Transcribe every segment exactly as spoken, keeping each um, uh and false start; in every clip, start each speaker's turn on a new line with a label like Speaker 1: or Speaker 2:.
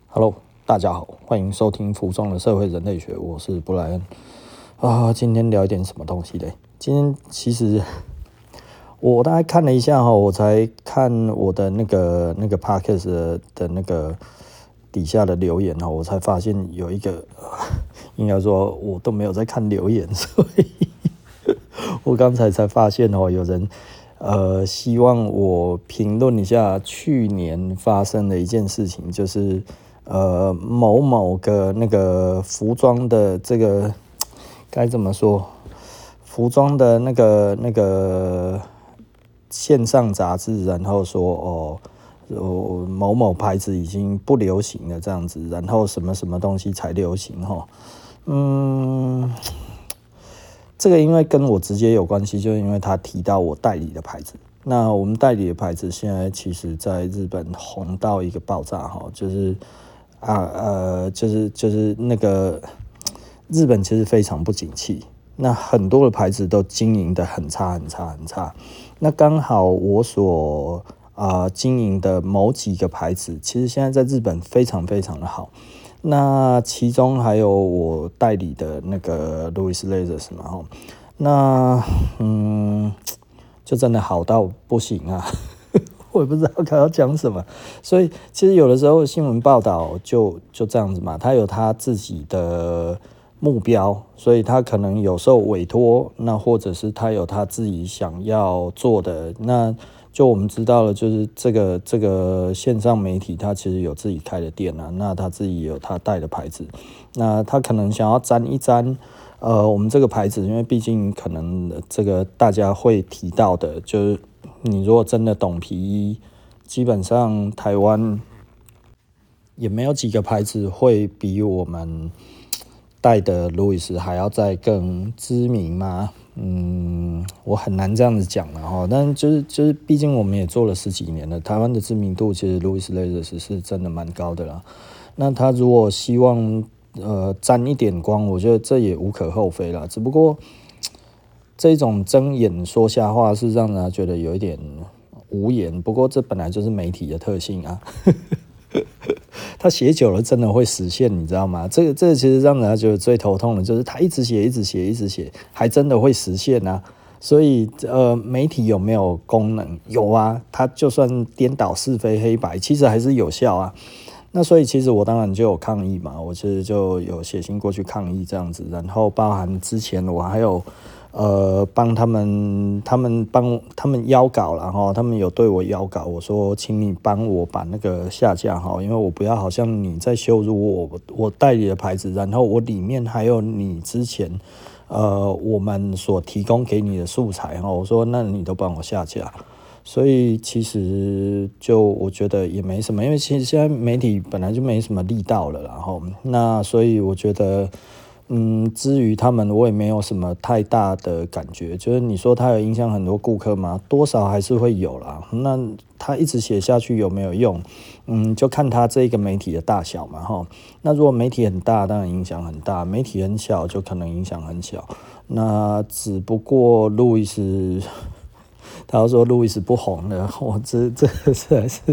Speaker 1: Hello，大家好，欢迎收听服装的社会人类学，我是布莱恩啊。今天聊一点什么东西嘞？今天其实我大概看了一下哈，我才看我的那个那个 podcast 的, 的那个底下的留言哈，我才发现有一个，应该说我都没有在看留言，所以我刚才才发现哦，有人呃希望我评论一下去年发生的一件事情，就是。呃，某某个那个服装的这个该怎么说？服装的那个那个线上杂志，然后说哦，哦某某牌子已经不流行了这样子，然后什么什么东西才流行哈？嗯，这个因为跟我直接有关系，就是因为他提到我代理的牌子。那我们代理的牌子现在其实在日本红到一个爆炸哈，就是。啊呃，就是就是那个日本其实非常不景气，那很多的牌子都经营的很差很差很差。那刚好我所啊、呃、经营的某几个牌子，其实现在在日本非常非常的好。那其中还有我代理的那个 Louis Leathers 嘛吼，那嗯，就真的好到不行啊。我也不知道他要讲什么，所以其实有的时候新闻报道就就这样子嘛，他有他自己的目标，所以他可能有受委托，那或者是他有他自己想要做的，那就我们知道了，就是这个这个线上媒体，他其实有自己开的店啊，那他自己有他带的牌子，那他可能想要沾一沾。呃，我们这个牌子，因为毕竟可能这个大家会提到的，就是你如果真的懂皮衣，基本上台湾也没有几个牌子会比我们带的路易斯还要再更知名吗？嗯，我很难这样子讲了哈。但就是就是，毕竟我们也做了十几年了，台湾的知名度其实路易斯雷德斯是真的蛮高的啦。那他如果希望呃沾一点光，我觉得这也无可厚非啦。只不过这种睁眼说瞎话是让人觉得有一点无言。不过这本来就是媒体的特性啊。他写久了真的会实现，你知道吗？这个这个其实让人家觉得最头痛的就是他一直写一直写一直写，还真的会实现啊。所以呃，媒体有没有功能？有啊，他就算颠倒是非黑白，其实还是有效啊。那所以其实我当然就有抗议嘛，我其实就有写信过去抗议这样子，然后包含之前我还有。呃，帮他们，他们帮他们邀稿了哈，他们有对我邀稿，我说，请你帮我把那个下架哈，因为我不要好像你在羞辱我，我代理的牌子，然后我里面还有你之前呃我们所提供给你的素材哈，我说那你都帮我下架，所以其实就我觉得也没什么，因为其实现在媒体本来就没什么力道了，然后那所以我觉得。嗯，至于他们，我也没有什么太大的感觉。就是你说他有影响很多顾客吗？多少还是会有啦。那他一直写下去有没有用？嗯，就看他这个媒体的大小嘛，哈。那如果媒体很大，当然影响很大；媒体很小，就可能影响很小。那只不过路易斯，他要说路易斯不红了，我这这实在是。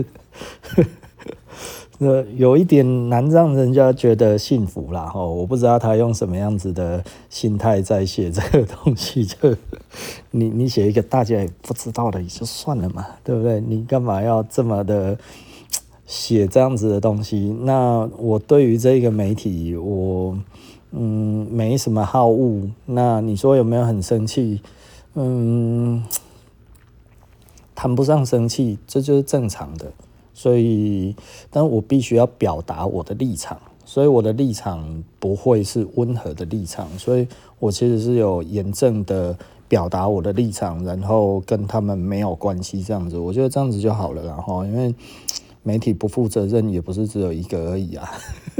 Speaker 1: 那有一点难让人家觉得幸福啦，吼，我不知道他用什么样子的心态在写这个东西，就你你写一个大家也不知道的也就算了嘛，对不对？你干嘛要这么的写这样子的东西？那我对于这个媒体，我嗯没什么好恶，那你说有没有很生气？嗯，谈不上生气，这就是正常的。所以，但我必须要表达我的立场，所以我的立场不会是温和的立场，所以我其实是有严正的表达我的立场，然后跟他们没有关系这样子，我觉得这样子就好了啦，然后因为媒体不负责任也不是只有一个而已啊。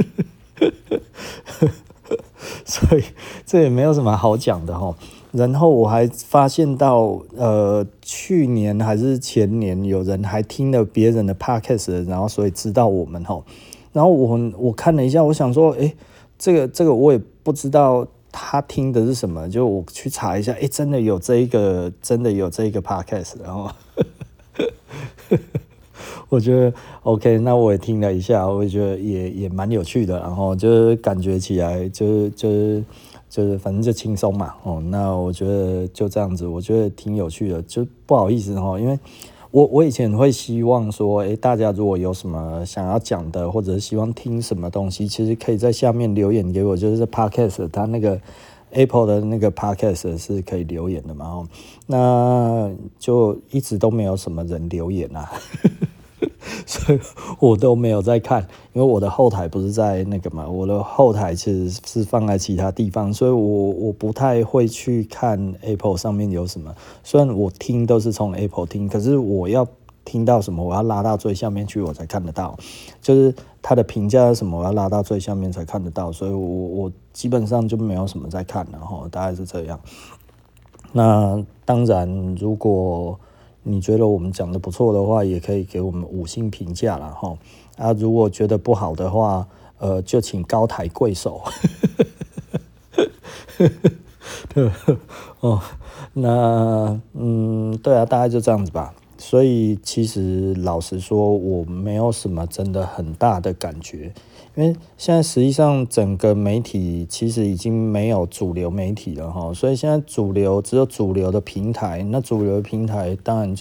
Speaker 1: 所以这也没有什么好讲的齁。然后我还发现到，呃，去年还是前年，有人还听了别人的 podcast， 然后所以知道我们齁。然后我我看了一下，我想说，哎，这个这个我也不知道他听的是什么，就我去查一下，哎，真的有这一个，真的有这一个 podcast，然后。 我觉得 OK，那我也听了一下，我也觉得也也蛮有趣的，然后就是感觉起来就是就是就是反正就轻松嘛，哦，那我觉得就这样子，我觉得挺有趣的，就不好意思哈，因为我我以前会希望说，诶，大家如果有什么想要讲的，或者是希望听什么东西，其实可以在下面留言给我，就是 Podcast 它那个。Apple 的那个 Podcast 是可以留言的嘛？哦，那就一直都没有什么人留言啊，所以我都没有在看，因为我的后台不是在那个嘛，我的后台其实是放在其他地方，所以我我不太会去看 Apple 上面有什么。虽然我听都是从 Apple 听，可是我要听到什么，我要拉到最下面去，我才看得到。就是他的评价是什么，我要拉到最下面才看得到，所以我我基本上就没有什么在看，然后大概是这样。那当然，如果你觉得我们讲的不错的话，也可以给我们五星评价啦齁。啊，如果觉得不好的话，呃，就请高抬贵手。对哦，那嗯，对啊，大概就这样子吧。所以其实老实说，我没有什么真的很大的感觉，因为现在实际上整个媒体其实已经没有主流媒体了哈，所以现在主流只有主流的平台，那主流的平台当然就是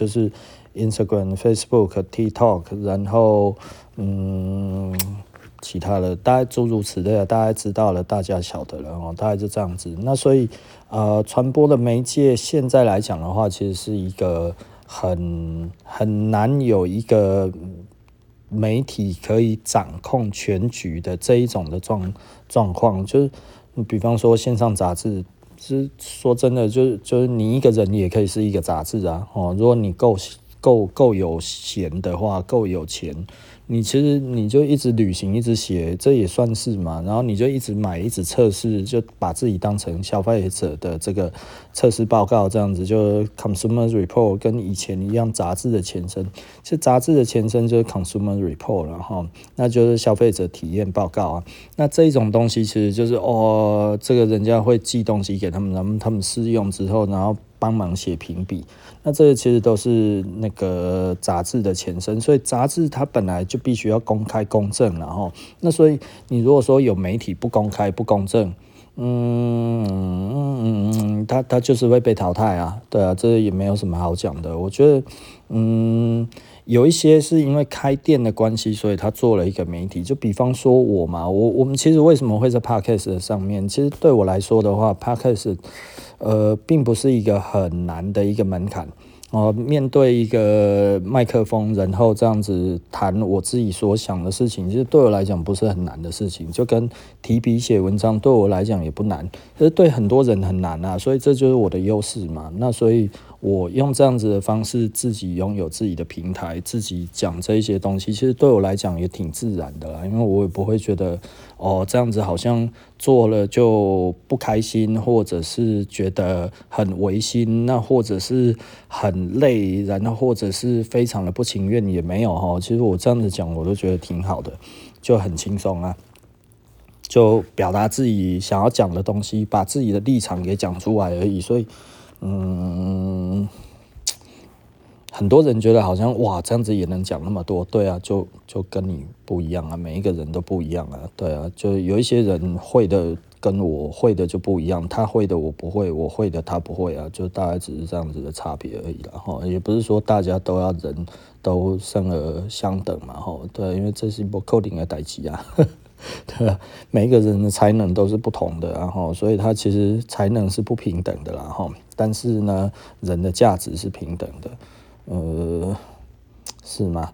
Speaker 1: Instagram、Facebook、TikTok， 然后嗯。其他的大概诸如此类的，大概知道了，大家晓得了哦，大概就这样子。那所以呃，传播的媒介现在来讲的话，其实是一个很很难有一个媒体可以掌控全局的这一种的状状况。就是比方说线上杂志，是说真的，就是就是你一个人也可以是一个杂志啊。哦，如果你够够够有闲的话，够有钱。你其实你就一直旅行，一直写，这也算是嘛。然后你就一直买，一直测试，就把自己当成消费者的这个测试报告这样子，就 Consumer Report 跟以前一样，杂志的前身。其实杂志的前身就是 Consumer Report 了哈，那就是消费者体验报告啊。那这一种东西其实就是哦，这个人家会寄东西给他们，然后他们试用之后，然后帮忙写评比。那这个其实都是那个杂志的前身，所以杂志它本来就必须要公开公正，然后那所以你如果说有媒体不公开不公正，嗯嗯嗯，它它就是会被淘汰啊，对啊，这也没有什么好讲的。我觉得，嗯，有一些是因为开店的关系，所以他做了一个媒体，就比方说我嘛，我我们其实为什么会在 Podcast 上面？其实对我来说的话 ，Podcast 呃，并不是一个很难的一个门槛哦。面对一个麦克风，然后这样子谈我自己所想的事情，其实对我来讲不是很难的事情，就跟提笔写文章对我来讲也不难，可是对很多人很难啊。所以这就是我的优势嘛。那所以我用这样子的方式，自己拥有自己的平台，自己讲这一些东西，其实对我来讲也挺自然的啦，因为我也不会觉得哦这样子好像做了就不开心，或者是觉得很违心，那或者是很累，然后或者是非常的不情愿，也没有齁。其实我这样子讲，我都觉得挺好的，就很轻松啊，就表达自己想要讲的东西，把自己的立场给讲出来而已。所以，嗯。很多人觉得好像哇这样子也能讲那么多，对啊，就就跟你不一样啊，每一个人都不一样啊，对啊，就有一些人会的跟我会的就不一样，他会的我不会，我会的他不会啊，就大概只是这样子的差别而已啦齁，也不是说大家都要人都生而相等嘛齁，对啊，因为这是不可能的代志啊。对啊，每一个人的才能都是不同的，然后所以他其实才能是不平等的啦齁，但是呢，人的价值是平等的。呃，是吗？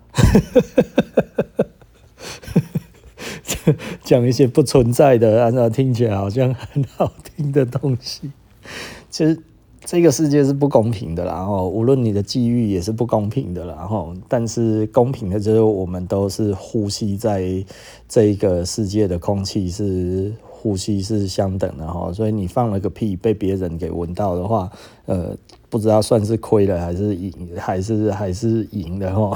Speaker 1: 讲一些不存在的，按照听起来好像很好听的东西，其实这个世界是不公平的啦，然后无论你的际遇也是不公平的啦，然后但是公平的就是我们都是呼吸在这个世界的空气是呼吸是相等的哈，所以你放了个屁被别人给闻到的话，呃，不知道算是亏了还是赢，还是还是赢的哈。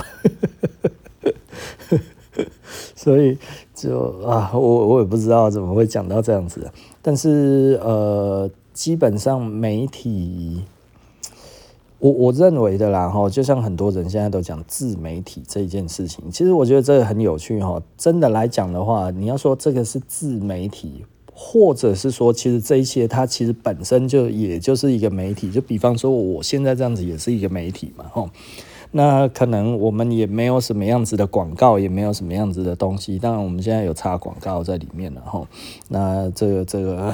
Speaker 1: 所以就啊，我我也不知道怎么会讲到这样子，但是呃，基本上媒体我我认为的啦哈，就像很多人现在都讲自媒体这一件事情，其实我觉得这个很有趣哈。真的来讲的话，你要说这个是自媒体，或者是说其实这一些它其实本身就也就是一个媒体，就比方说我现在这样子也是一个媒体嘛哈。那可能我们也没有什么样子的广告，也没有什么样子的东西，当然我们现在有插广告在里面了哈。那这个这个。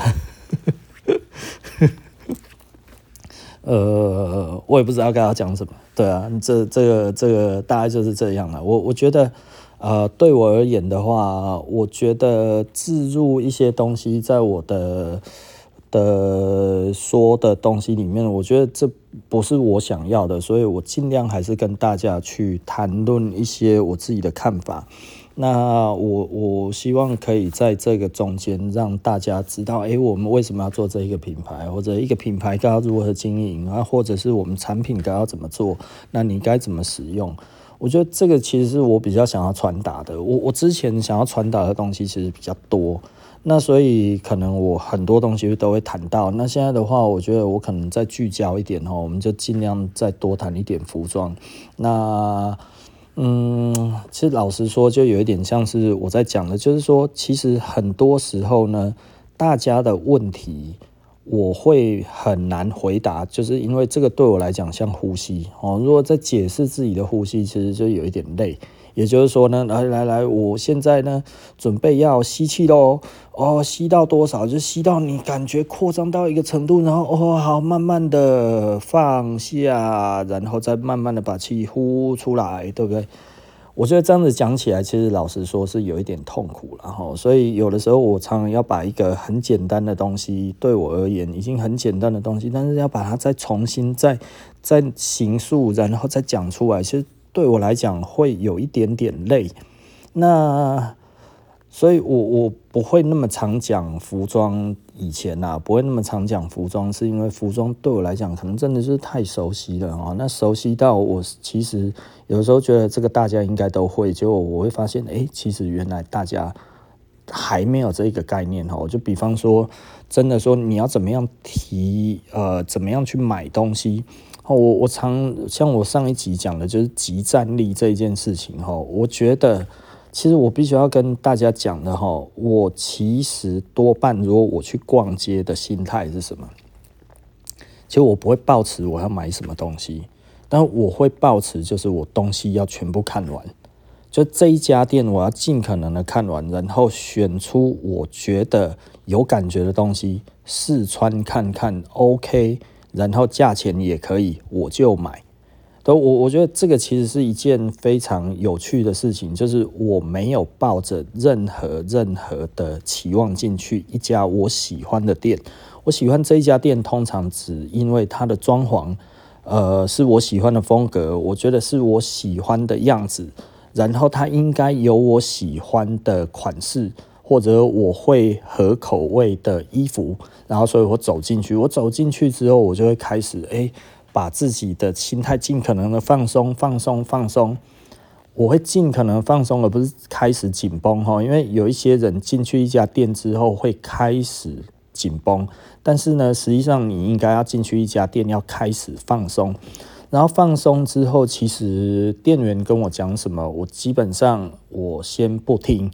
Speaker 1: 呃，我也不知道该要讲什么，对啊，这这个这个大概就是这样了。我我觉得，呃，对我而言的话，我觉得置入一些东西在我的的说的东西里面，我觉得这不是我想要的，所以我尽量还是跟大家去谈论一些我自己的看法。那我我希望可以在这个中间让大家知道，诶，我们为什么要做这一个品牌，或者一个品牌该要如何经营啊，或者是我们产品该要怎么做，那你该怎么使用？我觉得这个其实是我比较想要传达的。我我之前想要传达的东西其实比较多，那所以可能我很多东西都会谈到。那现在的话，我觉得我可能再聚焦一点哦，我们就尽量再多谈一点服装。那嗯，其实老实说，就有一点像是我在讲的，就是说，其实很多时候呢，大家的问题我会很难回答，就是因为这个对我来讲像呼吸哦。如果在解释自己的呼吸，其实就有一点累。也就是说呢，来来来，我现在呢准备要吸气咯，哦，吸到多少就吸到你感觉扩张到一个程度，然后哦好，慢慢的放下，然后再慢慢的把气呼出来，对不对？我觉得这样子讲起来，其实老实说是有一点痛苦了哈。所以有的时候我常常要把一个很简单的东西，对我而言已经很简单的东西，但是要把它再重新再再形塑，然后再讲出来，其实对我来讲会有一点点累。那所以我我不会那么常讲服装，以前啊不会那么常讲服装，是因为服装对我来讲可能真的是太熟悉了啊。那熟悉到我其实有时候觉得这个大家应该都会，结果我会发现，哎，其实原来大家还没有这个概念哦。就比方说，真的说你要怎么样提呃，怎么样去买东西。我我常像我上一集讲的就是即战力这一件事情哈，我觉得其实我必须要跟大家讲的哈，我其实多半如果我去逛街的心态是什么？其实我不会抱持我要买什么东西，但我会抱持就是我东西要全部看完，就这一家店我要尽可能的看完，然后选出我觉得有感觉的东西试穿看看 OK。然后价钱也可以，我就买。都我我觉得这个其实是一件非常有趣的事情，就是我没有抱着任何任何的期望进去一家我喜欢的店。我喜欢这一家店，通常只因为它的装潢，呃，是我喜欢的风格，我觉得是我喜欢的样子，然后它应该有我喜欢的款式。或者我会合口味的衣服，然后所以我走进去，我走进去之后，我就会开始哎，把自己的心态尽可能的放松，放松，放松。我会尽可能放松，而不是开始紧绷哈。因为有一些人进去一家店之后会开始紧绷，但是呢，实际上你应该要进去一家店要开始放松。然后放松之后，其实店员跟我讲什么，我基本上我先不听。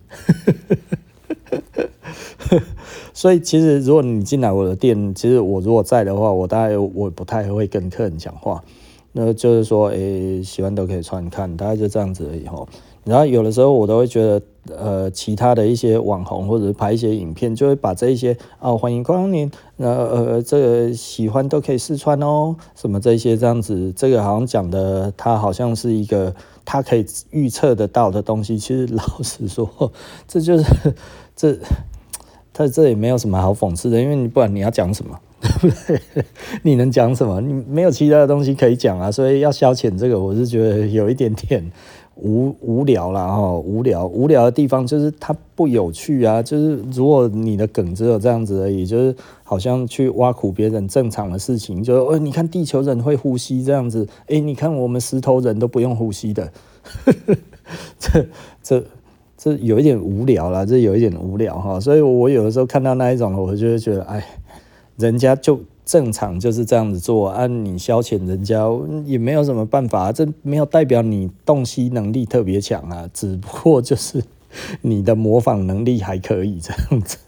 Speaker 1: 所以其实如果你进来我的店，其实我如果在的话，我大概我不太会跟客人讲话，那就是说，诶，喜欢都可以穿看，大概就这样子而已哈。然后有的时候我都会觉得，呃，其他的一些网红或者是拍一些影片，就会把这一些哦，欢迎光临，呃呃，这个喜欢都可以试穿哦，什么这些这样子，这个好像讲的，它好像是一个它可以预测得到的东西。其实老实说，这就是这。他这也没有什么好讽刺的，因为你不然你要讲什么，对不对？你能讲什么？你没有其他的东西可以讲啊，所以要消遣这个，我是觉得有一点点无无聊啦哈，无聊无聊的地方就是它不有趣啊，就是如果你的梗只有这样子而已，就是好像去挖苦别人正常的事情，就哦，你看地球人会呼吸这样子，哎，你看我们石头人都不用呼吸的，这这。这有一点无聊啦，这有一点无聊哈，所以我有的时候看到那一种，我就会觉得，哎，人家就正常就是这样子做啊，你消遣人家也没有什么办法，这没有代表你洞悉能力特别强啊，只不过就是你的模仿能力还可以这样子。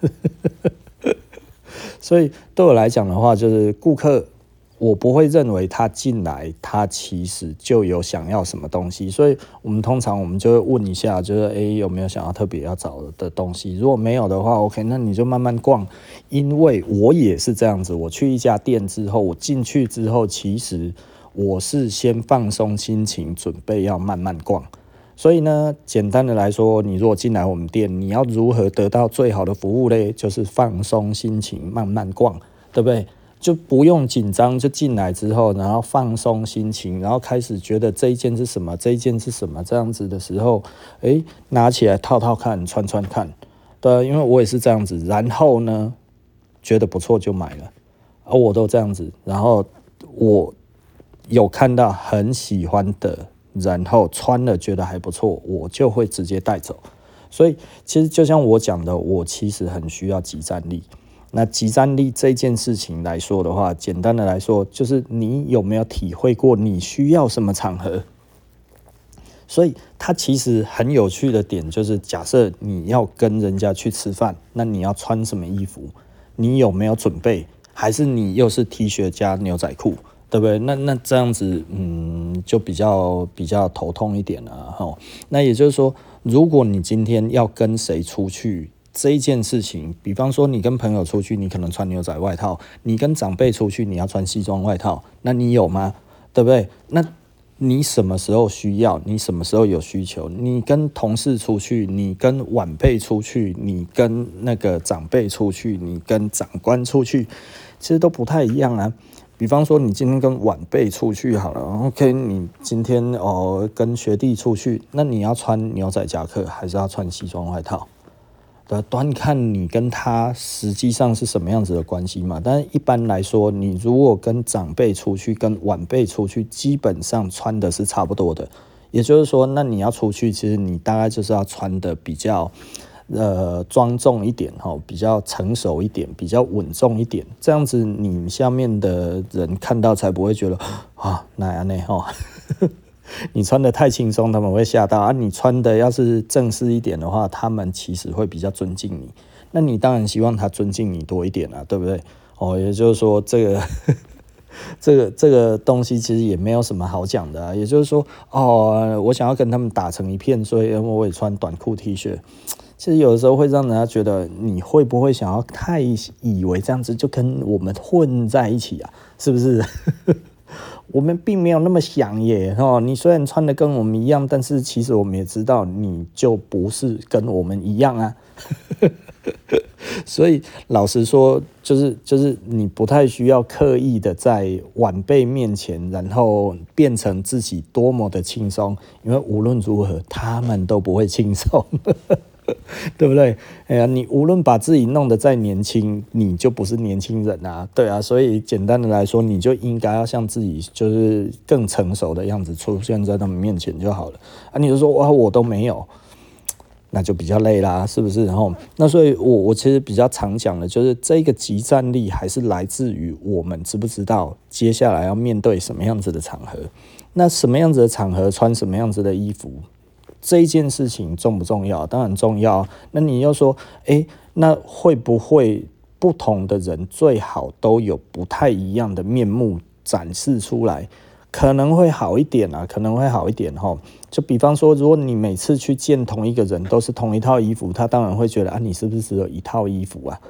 Speaker 1: 所以对我来讲的话，就是顾客，我不会认为他进来他其实就有想要什么东西，所以我们通常我们就会问一下，就是诶有没有想要特别要找的东西，如果没有的话 OK， 那你就慢慢逛，因为我也是这样子，我去一家店之后，我进去之后，其实我是先放松心情，准备要慢慢逛。所以呢，简单的来说，你如果进来我们店，你要如何得到最好的服务嘞？就是放松心情，慢慢逛，对不对？就不用紧张，就进来之后，然后放松心情，然后开始觉得这一件是什么，这一件是什么，这样子的时候，诶，拿起来套套看，穿穿看，对，因为我也是这样子，然后呢，觉得不错就买了，而我都这样子，然后我有看到很喜欢的。然后穿了觉得还不错，我就会直接带走。所以其实就像我讲的，我其实很需要即战力。那即战力这件事情来说的话，简单的来说，就是你有没有体会过你需要什么场合？所以它其实很有趣的点就是，假设你要跟人家去吃饭，那你要穿什么衣服？你有没有准备？还是你又是 T 恤加牛仔裤？对不对？那那这样子，嗯，就比较比较头痛一点了哈。那也就是说，如果你今天要跟谁出去这一件事情，比方说你跟朋友出去，你可能穿牛仔外套；你跟长辈出去，你要穿西装外套。那你有吗？对不对？那你什么时候需要？你什么时候有需求？你跟同事出去，你跟晚辈出去，你跟那个长辈出去，你跟长官出去，其实都不太一样啊。比方说，你今天跟晚辈出去好了 ，OK， 你今天哦跟学弟出去，那你要穿牛仔夹克还是要穿西装外套？对，端看你跟他实际上是什么样子的关系嘛。但是一般来说，你如果跟长辈出去、跟晚辈出去，基本上穿的是差不多的。也就是说，那你要出去，其实你大概就是要穿的比较。呃，庄重一点哈，比较成熟一点，比较稳重一点，这样子你下面的人看到才不会觉得啊，那样呢哈，你穿的太轻松，他们会吓到啊。你穿的要是正式一点的话，他们其实会比较尊敬你。那你当然希望他尊敬你多一点啊，对不对？哦，也就是说这个。这个这个东西其实也没有什么好讲的啊，也就是说，哦，我想要跟他们打成一片，所以我也穿短裤 T 恤。其实有的时候会让人家觉得，你会不会想要太以为这样子就跟我们混在一起啊？是不是？我们并没有那么想耶，哦，你虽然穿的跟我们一样，但是其实我们也知道，你就不是跟我们一样啊。所以老实说，就是就是你不太需要刻意的在晚辈面前，然后变成自己多么的轻松，因为无论如何，他们都不会轻松。对不对？哎呀，你无论把自己弄得再年轻，你就不是年轻人啊，对啊。所以简单的来说，你就应该要像自己就是更成熟的样子出现在他们面前就好了。啊，你就说哇，我都没有，那就比较累啦，是不是？然后，那所以我我其实比较常讲的就是这个即战力还是来自于我们知不知道接下来要面对什么样子的场合，那什么样子的场合穿什么样子的衣服。这一件事情重不重要？当然重要。那你又说，诶，那会不会不同的人最好都有不太一样的面目展示出来？可能会好一点啊，可能会好一点齁。就比方说，如果你每次去见同一个人都是同一套衣服，他当然会觉得啊，你是不是只有一套衣服啊？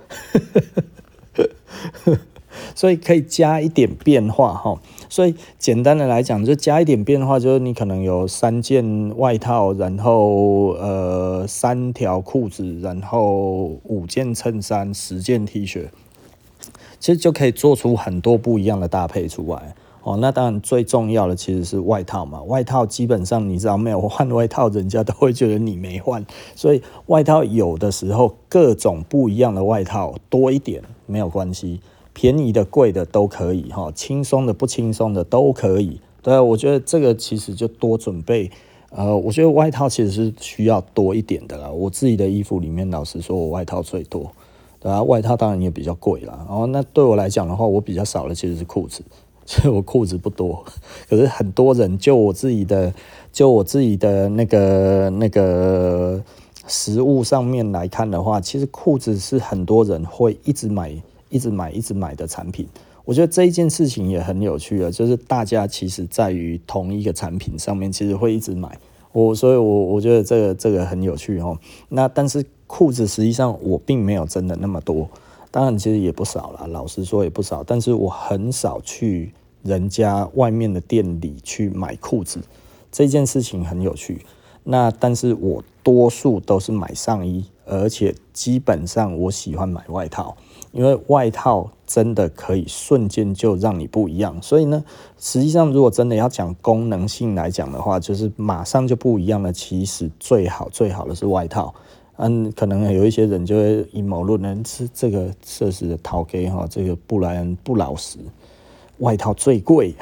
Speaker 1: 所以可以加一点变化齁。所以简单的来讲，就加一点变化，就是你可能有三件外套，然后呃三条裤子，然后五件衬衫，十件 T 恤，其实就可以做出很多不一样的搭配出来。哦，那当然最重要的其实是外套嘛，外套基本上你知道没有换外套，人家都会觉得你没换，所以外套有的时候各种不一样的外套多一点没有关系。便宜的贵的都可以哈，轻松的不轻松的都可以。对啊，我觉得这个其实就多准备。呃，我觉得外套其实是需要多一点的啦。我自己的衣服里面，老实说，我外套最多。 对啊，外套当然也比较贵啦。然后那对我来讲的话，我比较少的其实是裤子，其实我裤子不多，可是很多人就我自己的，就我自己的那个那个实物上面来看的话，其实裤子是很多人会一直买、一直买、一直买的产品。我觉得这一件事情也很有趣的，就是大家其实在于同一个产品上面，其实会一直买。我所以我，我我觉得这个这个很有趣哦。那但是裤子实际上我并没有真的那么多，当然其实也不少啦，老实说也不少。但是我很少去人家外面的店里去买裤子，这件事情很有趣。那但是我多数都是买上衣，而且基本上我喜欢买外套。因为外套真的可以瞬间就让你不一样，所以呢，实际上如果真的要讲功能性来讲的话，就是马上就不一样了。其实最好最好的是外套，嗯，可能有一些人就会阴谋论呢，是这个设施的讨给哈，这个布莱恩不老实，外套最贵。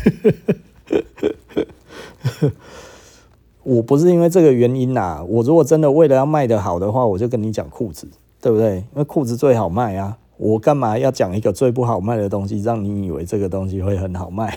Speaker 1: 我不是因为这个原因啦，我如果真的为了要卖得好的话，我就跟你讲裤子，对不对？因为裤子最好卖啊。我干嘛要讲一个最不好卖的东西，让你以为这个东西会很好卖？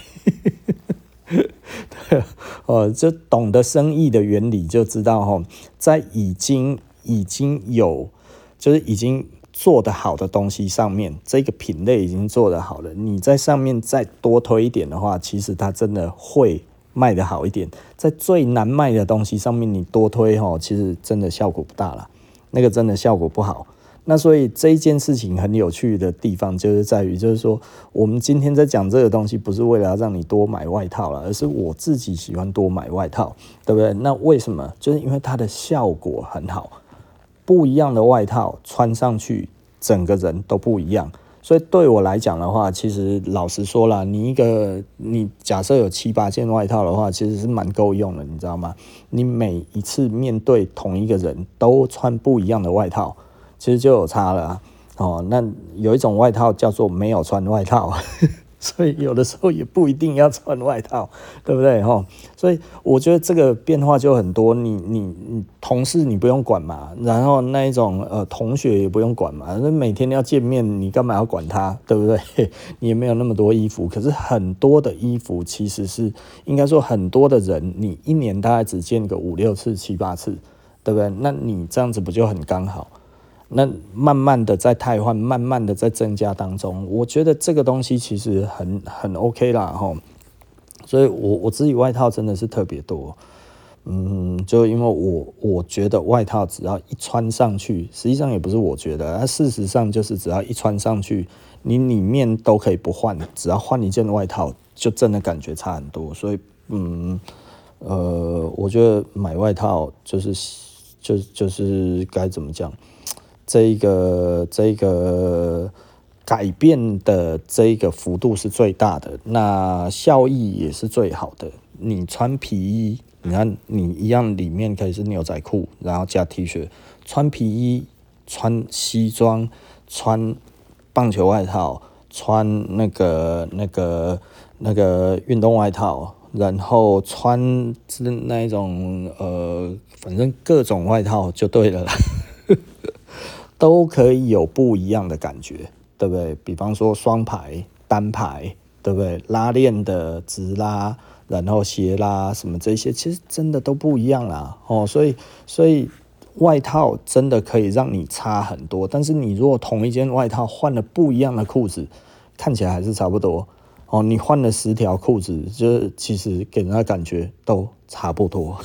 Speaker 1: 对，哦，就懂得生意的原理就知道哈，在已经已经有就是已经做得好的东西上面，这个品类已经做得好了，你在上面再多推一点的话，其实它真的会卖得好一点。在最难卖的东西上面，你多推哈，其实真的效果不大啦，那个真的效果不好。那所以这一件事情很有趣的地方就是在于，就是说我们今天在讲这个东西，不是为了要让你多买外套啦，而是我自己喜欢多买外套，对不对？那为什么？就是因为它的效果很好，不一样的外套穿上去，整个人都不一样。所以对我来讲的话，其实老实说啦，你一个你假设有七八件外套的话，其实是蛮够用的，你知道吗？你每一次面对同一个人都穿不一样的外套，其实就有差了啊。哦，那有一种外套叫做没有穿外套。所以有的时候也不一定要穿外套，对不对齁？所以我觉得这个变化就很多，你你你同事你不用管嘛，然后那一种呃同学也不用管嘛，那每天要见面，你干嘛要管他，对不对？你也没有那么多衣服，可是很多的衣服其实是应该说很多的人，你一年大概只见个五六次、七八次，对不对？那你这样子不就很刚好？那慢慢的在汰换，慢慢的在增加当中，我觉得这个东西其实很很 OK 啦齁。所以我我自己外套真的是特别多，嗯，就因为我我觉得外套只要一穿上去，实际上也不是我觉得，它事实上就是只要一穿上去，你里面都可以不换，只要换一件外套，就真的感觉差很多。所以嗯呃，我觉得买外套就是就就是该怎么讲？这一个这一个改变的这一个幅度是最大的，那效益也是最好的。你穿皮衣，你看你一样里面可以是牛仔裤，然后加 T 恤，穿皮衣、穿西装、穿棒球外套、穿那个那个那个运动外套，然后穿是那一种呃，反正各种外套就对了啦。都可以有不一样的感觉，对不对？比方说双排、单排，对不对？拉链的直拉，然后斜拉什么这些，其实真的都不一样啦。哦，所以所以外套真的可以让你差很多，但是你如果同一件外套换了不一样的裤子，看起来还是差不多。哦，你换了十条裤子，就是其实给人家感觉都差不多。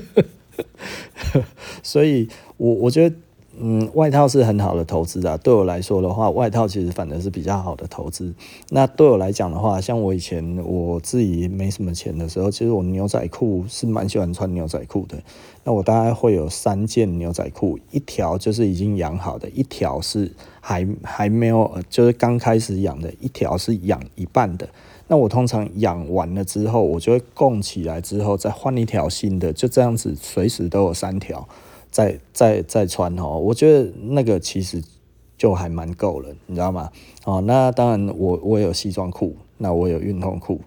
Speaker 1: 所以我我觉得。嗯，外套是很好的投资啊。对我来说的话，外套其实反而是比较好的投资。那对我来讲的话，像我以前我自己没什么钱的时候，其实我牛仔裤是蛮喜欢穿牛仔裤的。那我大概会有三件牛仔裤，一条就是已经养好的，一条是还还没有，就是刚开始养的，一条是养一半的。那我通常养完了之后，我就会供起来之后再换一条新的，就这样子随时都有三条。再再再穿哦，我觉得那个其实就还蛮够了，你知道吗？哦，那当然我我有西装裤，那我有运动裤，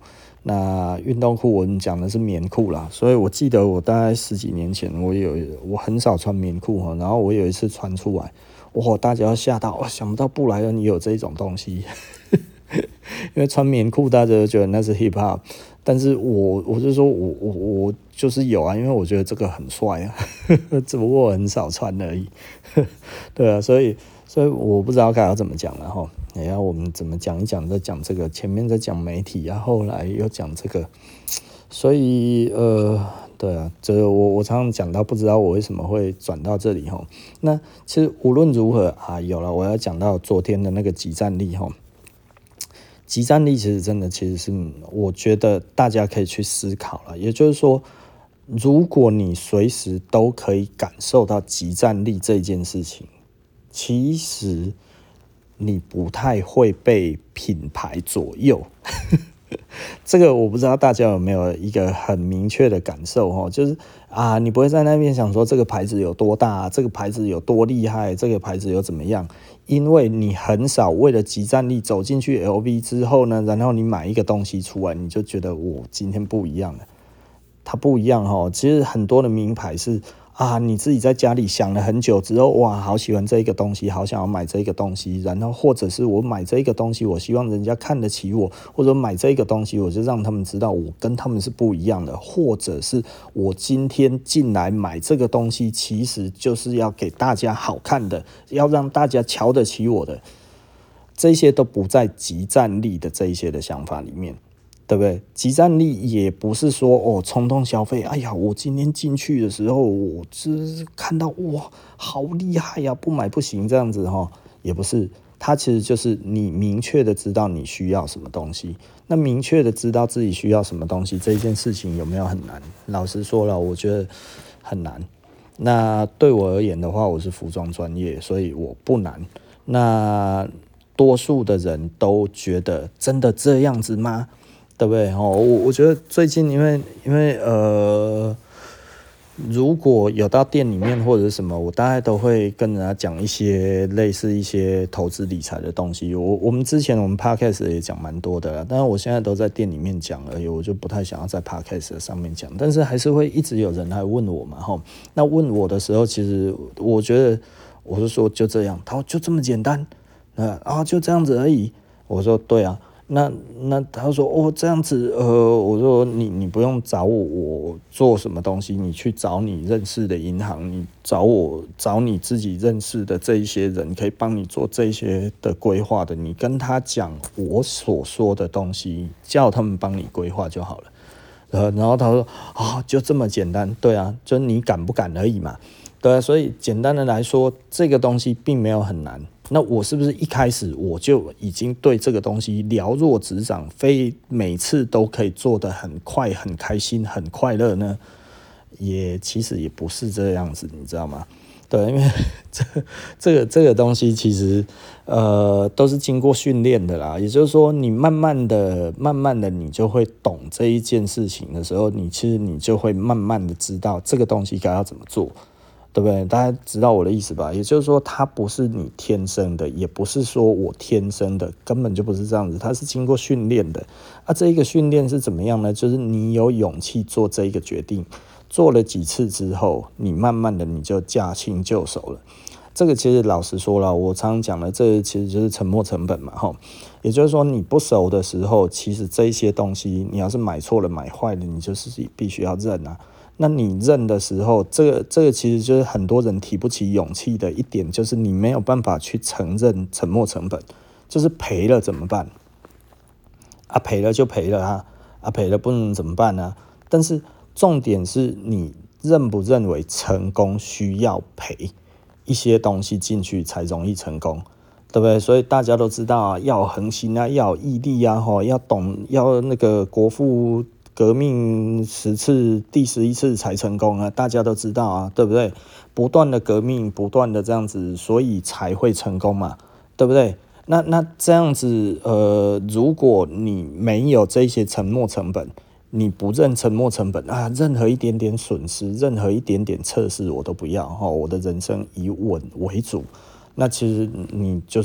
Speaker 1: 那运动裤我们讲的是棉裤啦，所以我记得我大概十几年前我有我很少穿棉裤哈，然后我有一次穿出来，哇，大家吓到，哇，想不到布莱恩也有这种东西，因为穿棉裤大家都觉得那是 hip hop， 但是我我就说我我我就是有啊，因为我觉得这个很帅啊，只不过我很少穿而已，对啊，所以所以我不知道该要怎么讲了哈。哎呀，我们怎么讲一讲，在讲这个，前面在讲媒体啊，后来又讲这个，所以呃，对啊，这我我常常讲到，不知道我为什么会转到这里哈。那其实无论如何啊，有了我要讲到昨天的那个即战力哈，即战力其实真的其实是我觉得大家可以去思考了，也就是说，如果你随时都可以感受到即战力这件事情，其实你不太会被品牌左右，这个我不知道大家有没有一个很明确的感受哈，就是啊，你不会在那边想说这个牌子有多大，这个牌子有多厉害，这个牌子有怎么样，因为你很少为了即战力走进去 L V 之后呢，然后你买一个东西出来，你就觉得我今天不一样了，它不一样哈。其实很多的名牌是。啊，你自己在家里想了很久之后，哇，好喜欢这个东西，好想要买这个东西，然后或者是我买这个东西，我希望人家看得起我，或者买这个东西，我就让他们知道我跟他们是不一样的，或者是我今天进来买这个东西，其实就是要给大家好看的，要让大家瞧得起我的，这些都不在即战力的这一些的想法里面。对不对？即战力也不是说哦冲动消费，哎呀，我今天进去的时候，我只看到哇，好厉害呀，不买不行这样子哈，也不是，它其实就是你明确的知道你需要什么东西，那明确的知道自己需要什么东西这一件事情有没有很难？老实说了，我觉得很难。那对我而言的话，我是服装专业，所以我不难。那多数的人都觉得真的这样子吗？对不对？哦，我我觉得最近因为因为呃，如果有到店里面或者是什么，我大概都会跟人家讲一些类似一些投资理财的东西。我我们之前我们 podcast 也讲蛮多的啦，但是我现在都在店里面讲而已，我就不太想要在 podcast 上面讲。但是还是会一直有人来问我嘛，吼。那问我的时候，其实我觉得我是说就这样，他说就这么简单，啊啊就这样子而已。我说对啊。那那他说哦这样子呃，我说你你不用找我我做什么东西，你去找你认识的银行，你找我找你自己认识的这一些人，可以帮你做这些的规划的，你跟他讲我所说的东西，叫他们帮你规划就好了。呃，然后他说啊、哦，就这么简单，对啊，就你敢不敢而已嘛，对啊，所以简单的来说，这个东西并没有很难。那我是不是一开始我就已经对这个东西了若指掌，非每次都可以做得很快、很开心、很快乐呢？也其实也不是这样子，你知道吗？对，因为这这个这个东西其实呃都是经过训练的啦。也就是说，你慢慢的、慢慢的，你就会懂这一件事情的时候，你其实你就会慢慢的知道这个东西该要怎么做。对不对？大家知道我的意思吧？也就是说，它不是你天生的，也不是说我天生的，根本就不是这样子，它是经过训练的。啊，这一个训练是怎么样呢？就是你有勇气做这一个决定，做了几次之后，你慢慢的你就驾轻就熟了。这个其实老实说了，我常常讲的，这其实就是沉没成本嘛，哈。也就是说，你不熟的时候，其实这一些东西，你要是买错了、买坏了，你就是必须要认啊。那你认的时候，这个这个其实就是很多人提不起勇气的一点，就是你没有办法去承认沉没成本，就是赔了怎么办？啊，赔了就赔了啊，啊赔了不能怎么办呢？但是重点是你认不认为成功需要赔一些东西进去才容易成功，对不对？所以大家都知道啊，要有恒心啊，要有毅力啊，吼，要懂，要那个国父革命十次第十一次才成功啊，大家都知道啊，对不对？不断的革命，不断的这样子，所以才会成功嘛，对不对？那那这样子，呃，如果你没有这些沉没成本，你不认沉没成本啊，任何一点点损失，任何一点点测试我都不要哈，我的人生以稳为主。那其实你就是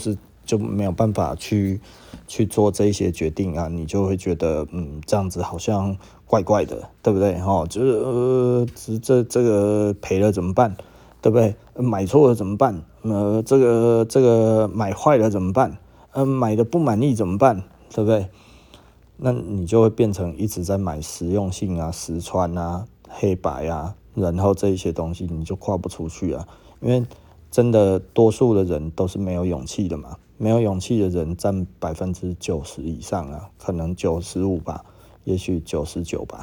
Speaker 1: 就没有办法去去做这些决定啊，你就会觉得嗯这样子好像怪怪的，对不对？哦，就是呃这这这个赔了怎么办？对不对？买错了怎么办？呃，这个这个买坏了怎么办？呃，买的不满意怎么办？对不对？那你就会变成一直在买实用性啊、实穿啊、黑白啊，然后这一些东西你就跨不出去啊，因为真的多数的人都是没有勇气的嘛，没有勇气的人占百分之九十以上啊，可能九十五吧，也许九十九吧。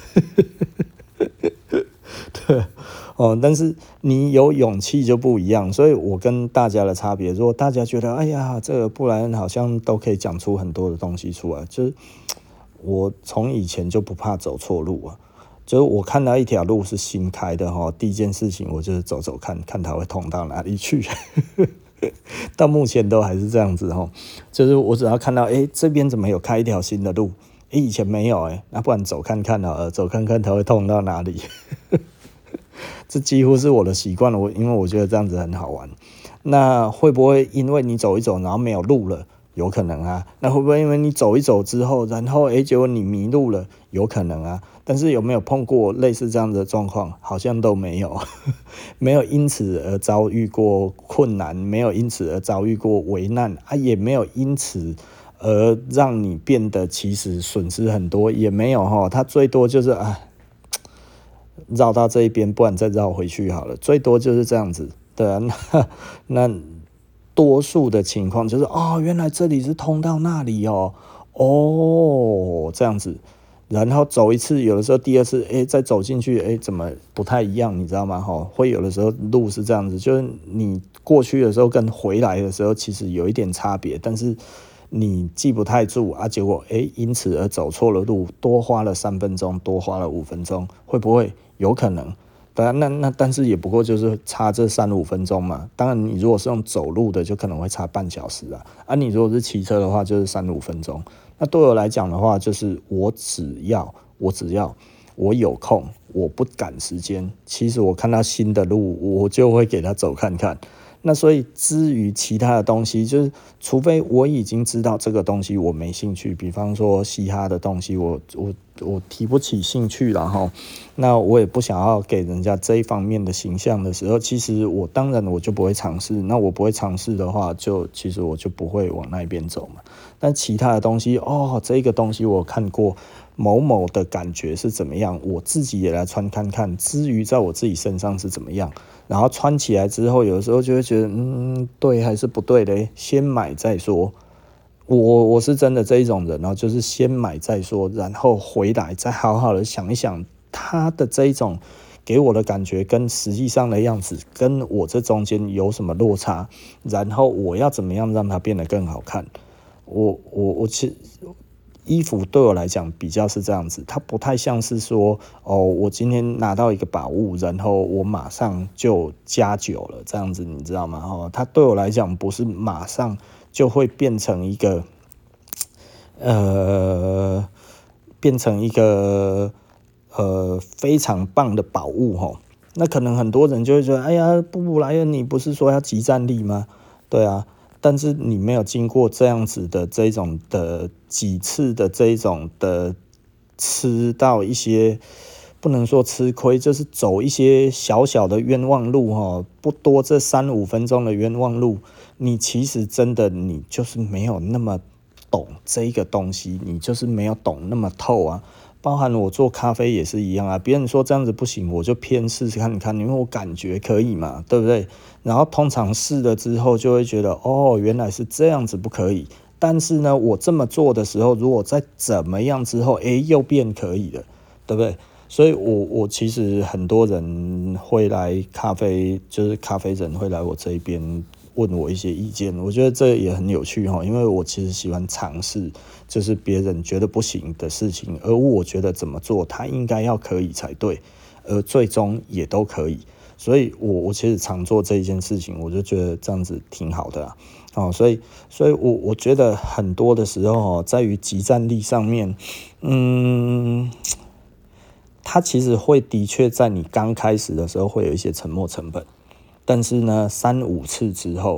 Speaker 1: 对哦，但是你有勇气就不一样，所以我跟大家的差别，如果大家觉得哎呀，这个布莱恩好像都可以讲出很多的东西出来，就是我从以前就不怕走错路啊，就是我看到一条路是新开的哈，第一件事情我就是走走看看它会通到哪里去。到目前都还是这样子哈，就是我只要看到哎这边怎么有开一条新的路，哎以前没有哎，那不然走看看好了，走看看它会通到哪里。这几乎是我的习惯了，我因为我觉得这样子很好玩。那会不会因为你走一走，然后没有路了？有可能啊。那会不会因为你走一走之后，然后诶结果你迷路了？有可能啊。但是有没有碰过类似这样的状况？好像都没有，没有因此而遭遇过困难，没有因此而遭遇过危难啊，也没有因此而让你变得其实损失很多，也没有哈。它最多就是啊。绕到这一边，不然再绕回去好了，最多就是这样子，对啊，那那多数的情况就是哦，原来这里是通到那里哦，哦这样子，然后走一次，有的时候第二次，哎，再走进去，哎，怎么不太一样，你知道吗？哈，会有的时候路是这样子，就是你过去的时候跟回来的时候其实有一点差别，但是你记不太住啊，结果哎，因此而走错了路，多花了三分钟，多花了五分钟，会不会？有可能，当然那那但是也不过就是差这三五分钟嘛。当然你如果是用走路的，就可能会差半小时啊。啊，你如果是骑车的话，就是三五分钟。那对我来讲的话，就是我只要我只要我有空，我不赶时间，其实我看到新的路，我就会给他走看看。那所以至于其他的东西，就是除非我已经知道这个东西我没兴趣，比方说嘻哈的东西我我我提不起兴趣了哈，那我也不想要给人家这一方面的形象的时候，其实我当然我就不会尝试。那我不会尝试的话，就其实我就不会往那边走嘛。但其他的东西，哦，这个东西我看过。某某的感觉是怎么样，我自己也来穿看看，至于在我自己身上是怎么样，然后穿起来之后，有的时候就会觉得，嗯，对还是不对嘞，先买再说。我我是真的这一种人哦，就是先买再说，然后回来再好好的想一想，他的这一种给我的感觉跟实际上的样子，跟我这中间有什么落差，然后我要怎么样让它变得更好看。我我我其实。衣服对我来讲比较是这样子，它不太像是说哦，我今天拿到一个宝物，然后我马上就加酒了这样子，你知道吗？哦，它对我来讲不是马上就会变成一个，呃，变成一个呃非常棒的宝物哈。那可能很多人就会觉得，哎呀，布布莱恩，你不是说要即战力吗？对啊。但是你没有经过这样子的这种的几次的这一种的吃到一些不能说吃亏，就是走一些小小的冤枉路哈，不多这三五分钟的冤枉路，你其实真的你就是没有那么懂这个东西，你就是没有懂那么透啊。包含我做咖啡也是一样啊，别人说这样子不行，我就偏试试看看，因为我感觉可以嘛，对不对？然后通常试了之后就会觉得，哦，原来是这样子不可以。但是呢，我这么做的时候，如果再怎么样之后，诶，又变可以了，对不对？所以我我其实很多人会来咖啡，就是咖啡人会来我这边问我一些意见，我觉得这也很有趣哈，因为我其实喜欢尝试，就是别人觉得不行的事情，而我觉得怎么做，他应该要可以才对，而最终也都可以。所以我我其实常做这一件事情，我就觉得这样子挺好的啊。哦，所以所以我我觉得很多的时候哦，在于即战力上面，嗯，它其实会的确在你刚开始的时候会有一些沉没成本，但是呢，三五次之后，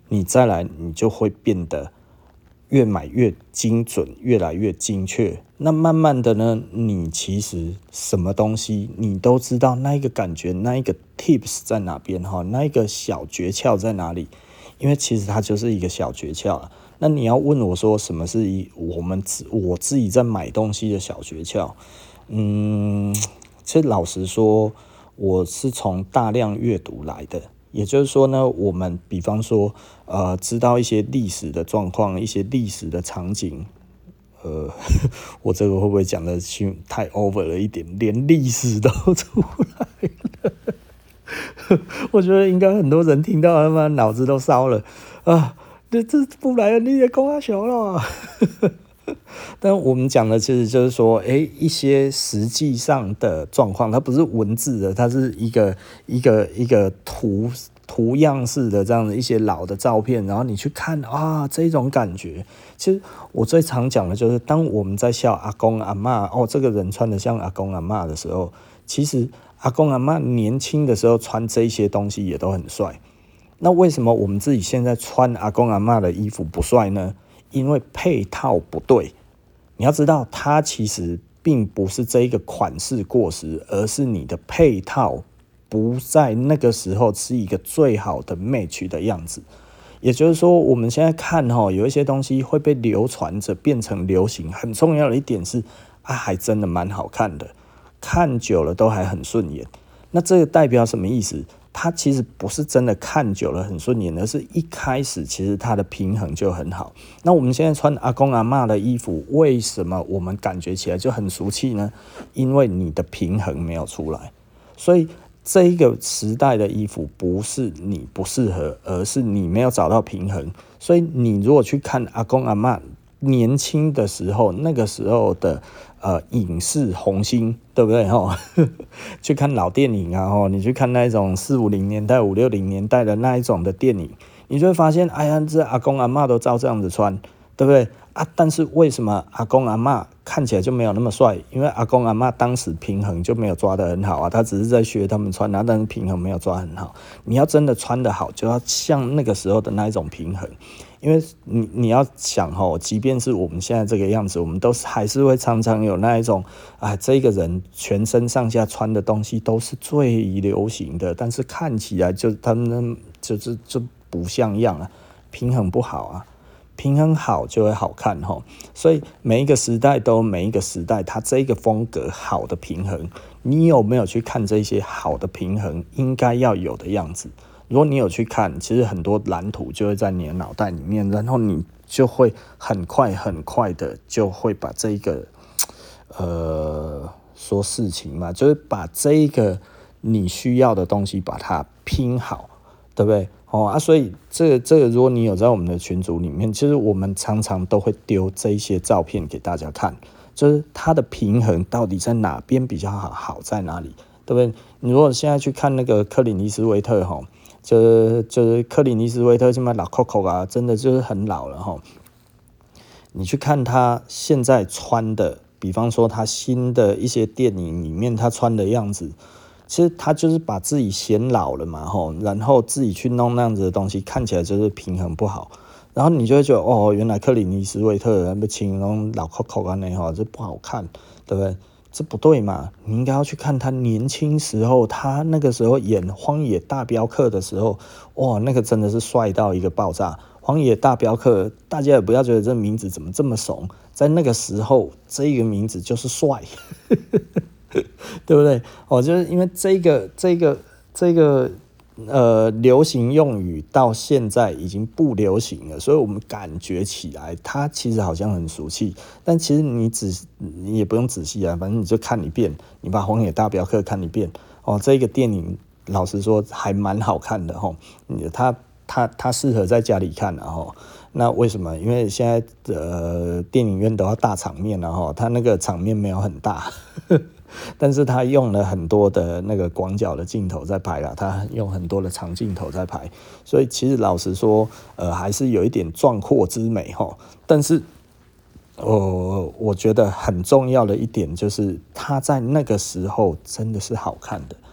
Speaker 1: 你再来你就会变得越买越精准，越来越精确。那慢慢的呢，你其实什么东西你都知道那一个感觉，那一个 tips 在哪边哈，那一个小诀窍在哪里？因为其实它就是一个小诀窍。那你要问我说什么是一我们我自己在买东西的小诀窍？嗯，其实老实说，我是从大量阅读来的。也就是说呢，我们比方说，呃，知道一些历史的状况，一些历史的场景，呃，我这个会不会讲的太 over 了一点，连历史都出来了？我觉得应该很多人听到他妈脑子都烧了啊！这这布莱恩你也讲啊小了。但我们讲的其实就是说，哎，一些实际上的状况，它不是文字的，它是一个一个一个图图样式的这样的一些老的照片，然后你去看啊，这种感觉。其实我最常讲的就是，当我们在笑阿公阿嬷哦，这个人穿得像阿公阿嬷的时候，其实阿公阿嬷年轻的时候穿这些东西也都很帅。那为什么我们自己现在穿阿公阿嬷的衣服不帅呢？因为配套不对。你要知道，它其实并不是这一个款式过时，而是你的配套不在那个时候是一个最好的 match 的样子。也就是说，我们现在看齁，有一些东西会被流传着变成流行，很重要的一点是啊，还真的蛮好看的，看久了都还很顺眼。那这个代表什么意思？它其实不是真的看久了很顺眼，而是一开始其实它的平衡就很好。那我们现在穿阿公阿嬷的衣服，为什么我们感觉起来就很俗气呢？因为你的平衡没有出来。所以这一个时代的衣服不是你不适合，而是你没有找到平衡。所以你如果去看阿公阿嬷年轻的时候，那个时候的呃影视红星，对不对哈？去看老电影啊，哈，你去看那一种四五零年代、五六零年代的那一种的电影，你就会发现，哎呀，这阿公阿嬷都照这样子穿，对不对啊？但是为什么阿公阿嬷看起来就没有那么帅？因为阿公阿嬷当时平衡就没有抓得很好啊，他只是在学他们穿啊，但是平衡没有抓很好。你要真的穿得好，就要像那个时候的那一种平衡。因为你你要想齁，即便是我们现在这个样子，我们都是还是会常常有那一种，啊，这个人全身上下穿的东西都是最流行的，但是看起来就他们就是就不像样啊，平衡不好啊，平衡好就会好看齁。所以每一个时代都有每一个时代它这个风格好的平衡，你有没有去看这些好的平衡应该要有的样子？如果你有去看，其实很多蓝图就会在你的脑袋里面，然后你就会很快很快的就会把这一个，呃，说事情嘛，就是把这一个你需要的东西把它拼好，对不对？哦啊，所以这个这个，如果你有在我们的群组里面，其实我们常常都会丢这一些照片给大家看，就是它的平衡到底在哪边比较好，好在哪里，对不对？你如果现在去看那个克林尼斯威特哈。就是就是克林尼斯威特，现在老 Coco 啊，真的就是很老了哈。你去看他现在穿的，比方说他新的一些电影里面他穿的样子，其实他就是把自己显老了嘛哈，然后自己去弄那样子的东西，看起来就是平衡不好。然后你就会觉得哦，原来克林尼斯威特不轻弄老 Coco 啊那哈，这不好看，对不对？这不对嘛？你应该要去看他年轻时候，他那个时候演《荒野大镖客》的时候，哇，那个真的是帅到一个爆炸。《荒野大镖客》，大家也不要觉得这名字怎么这么怂，在那个时候，这个名字就是帅，对不对？哦，就是因为这个、这个、这个。呃，流行用语到现在已经不流行了，所以我们感觉起来它其实好像很俗气，但其实你仔你也不用仔细啊，反正你就看一遍，你把《荒野大镖客》看一遍哦，这个电影老实说还蛮好看的哈，它它它适合在家里看的哈。那为什么？因为现在呃电影院都要大场面了哈，它那个场面没有很大。但是他用了很多的那个广角的镜头在拍啦，他用很多的长镜头在拍，所以其实老实说，呃，还是有一点壮阔之美哈。但是，呃，我觉得很重要的一点就是，他在那个时候真的是好看的。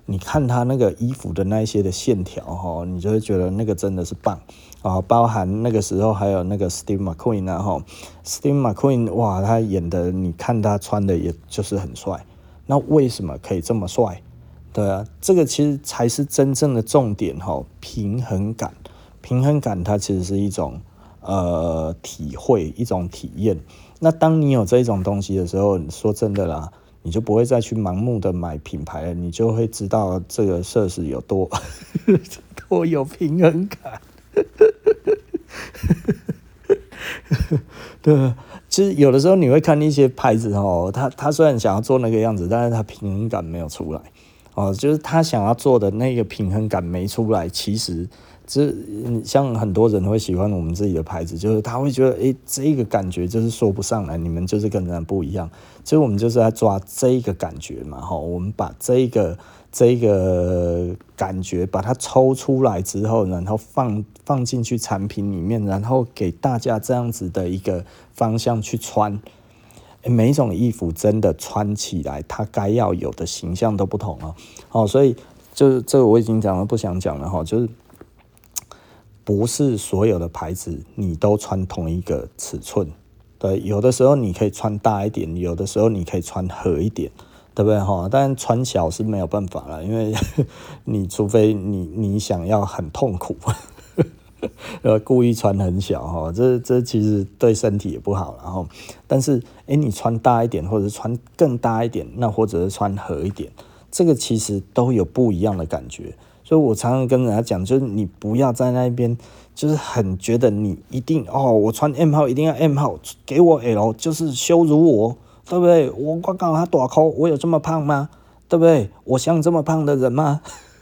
Speaker 1: 你看他那个衣服的那一些的线条哈，你就会觉得那个真的是棒啊！包含那个时候还有那个 Steve McQueen 啊哈 ，Steve McQueen 哇，他演的你看他穿的也就是很帅。那为什么可以这么帅？对啊，这个其实才是真正的重点哈，平衡感。平衡感它其实是一种呃体会，一种体验。那当你有这一种东西的时候，说真的啦。你就不会再去盲目的买品牌了，你就会知道这个设施有多多有平衡感。对，其实有的时候你会看一些牌子哦，他他虽然想要做那个样子，但是他平衡感没有出来哦，就是他想要做的那个平衡感没出来，其实。这像很多人会喜欢我们自己的牌子，就是他会觉得，哎、欸，这个感觉就是说不上来，你们就是跟人不一样。其实我们就是在抓这个感觉嘛，哈，我们把这个这个感觉把它抽出来之后，然后放放进去产品里面，然后给大家这样子的一个方向去穿。欸、每一种衣服真的穿起来，它该要有的形象都不同哦，哦，所以就这个我已经讲了，不想讲了哈，就是。不是所有的牌子你都穿同一个尺寸，对，有的时候你可以穿大一点，有的时候你可以穿合一点，对不对哈？但穿小是没有办法了，因为你除非你你想要很痛苦，呃，故意穿很小哈，这这其实对身体也不好。然后，但是哎，你穿大一点，或者穿更大一点，那或者是穿合一点，这个其实都有不一样的感觉。所以我常常跟人家讲，就是你不要在那边，就是很觉得你一定哦，我穿 M 号一定要 M 号，给我 L 就是羞辱我，对不对？我我刚他大口，我有这么胖吗？对不对？我像这么胖的人吗？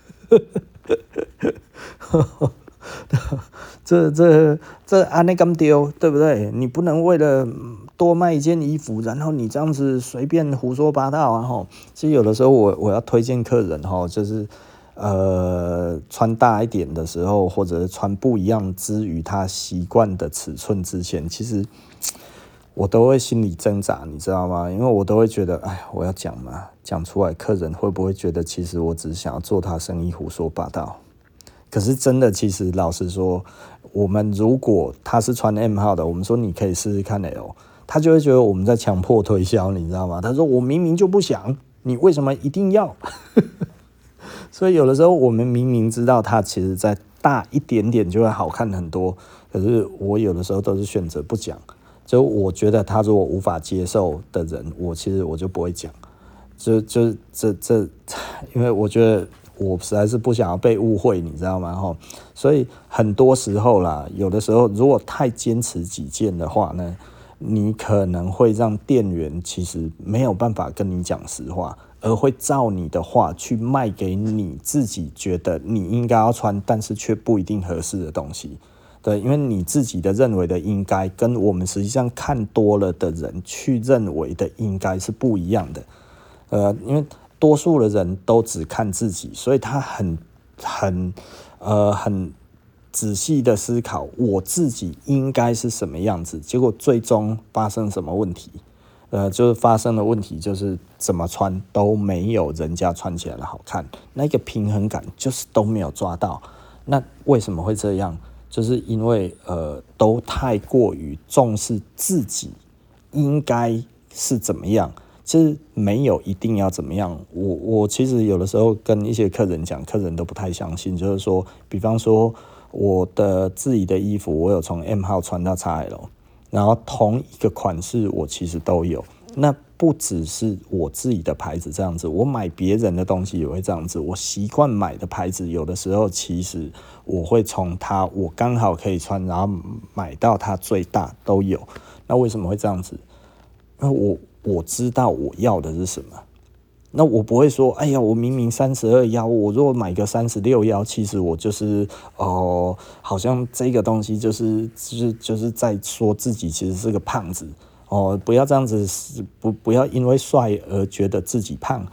Speaker 1: 这这这安内咁丢，对不对？你不能为了多卖一件衣服，然后你这样子随便胡说八道啊！吼，其实有的时候我我要推荐客人哈，就是。呃，穿大一点的时候，或者是穿不一样之于他习惯的尺寸之前，其实我都会心里挣扎，你知道吗？因为我都会觉得，哎，我要讲嘛，讲出来，客人会不会觉得其实我只是想要做他生意，胡说八道？可是真的，其实老实说，我们如果他是穿 M 号的，我们说你可以试试看 L， 他就会觉得我们在强迫推销，你知道吗？他说我明明就不想，你为什么一定要？所以有的时候我们明明知道它其实再大一点点就会好看很多，可是我有的时候都是选择不讲。就我觉得他如果无法接受的人，我其实我就不会讲。就就这这，因为我觉得我实在是不想要被误会，你知道吗？哈，所以很多时候啦，有的时候如果太坚持己见的话呢，你可能会让店员其实没有办法跟你讲实话。而会照你的话去卖给你自己觉得你应该要穿，但是却不一定合适的东西。对，因为你自己的认为的应该，跟我们实际上看多了的人去认为的应该是不一样的。呃，因为多数的人都只看自己，所以他很很呃很仔细的思考我自己应该是什么样子，结果最终发生什么问题？呃，就是发生的问题，就是怎么穿都没有人家穿起来的好看，那个平衡感就是都没有抓到。那为什么会这样？就是因为呃，都太过于重视自己应该是怎么样，其实没有一定要怎么样。我我其实有的时候跟一些客人讲，客人都不太相信，就是说，比方说我的自己的衣服，我有从 M 号穿到 X L。然后同一个款式我其实都有，那不只是我自己的牌子这样子，我买别人的东西也会这样子。我习惯买的牌子，有的时候其实我会从它我刚好可以穿，然后买到它最大都有。那为什么会这样子？因为我我知道我要的是什么。那我不会说，哎呀，我明明三十二腰，我如果买个三十六腰，其实我就是哦、呃，好像这个东西就是就是就是在说自己其实是个胖子哦、呃，不要这样子，不不要因为帅而觉得自己胖，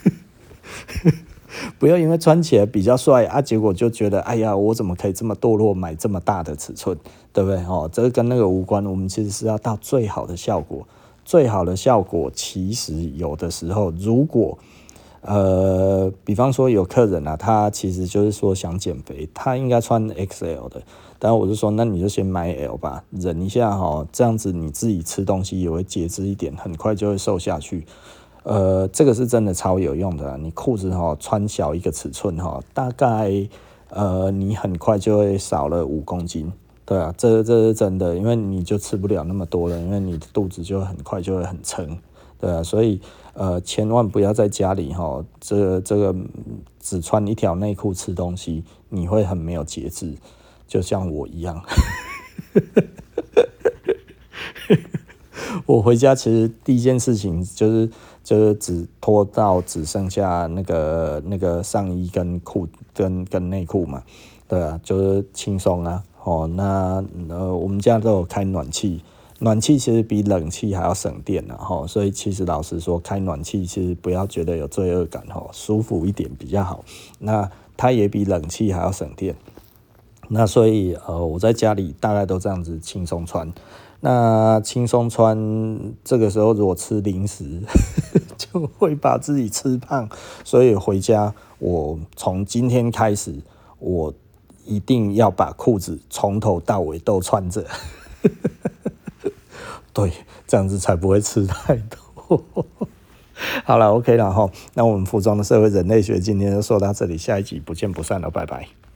Speaker 1: 不要因为穿起来比较帅啊，结果就觉得，哎呀，我怎么可以这么堕落，买这么大的尺寸，对不对？哦，这个跟那个无关，我们其实是要到最好的效果。最好的效果，其实有的时候，如果呃，比方说有客人啊，他其实就是说想减肥，他应该穿 X L 的，但我就说那你就先买 L 吧，忍一下哈，这样子你自己吃东西也会节制一点，很快就会瘦下去。呃，这个是真的超有用的啊，你裤子哈穿小一个尺寸哈，大概呃你很快就会少了五公斤。对啊，这这是真的，因为你就吃不了那么多了，因为你的肚子就很快就会很撑。对啊，所以呃，千万不要在家里哈，这这个只穿一条内裤吃东西，你会很没有节制，就像我一样。我回家其实第一件事情就是就是只脱到只剩下那个那个上衣跟裤跟跟内裤嘛，对啊，就是轻松啊。哦，那呃我们家都有开暖气。暖气其实比冷气还要省电啊，吼，所以其实老实说，开暖气其实不要觉得有罪恶感，吼，舒服一点比较好。那它也比冷气还要省电。那所以呃，我在家里大概都这样子轻松穿。那轻松穿，这个时候如果吃零食，就会把自己吃胖。所以回家，我从今天开始，我一定要把裤子从头到尾都穿着。对，这样子才不会吃太多。好了 ，OK 了哈，那我们服装的社会人类学今天就说到这里，下一集不见不散了，拜拜。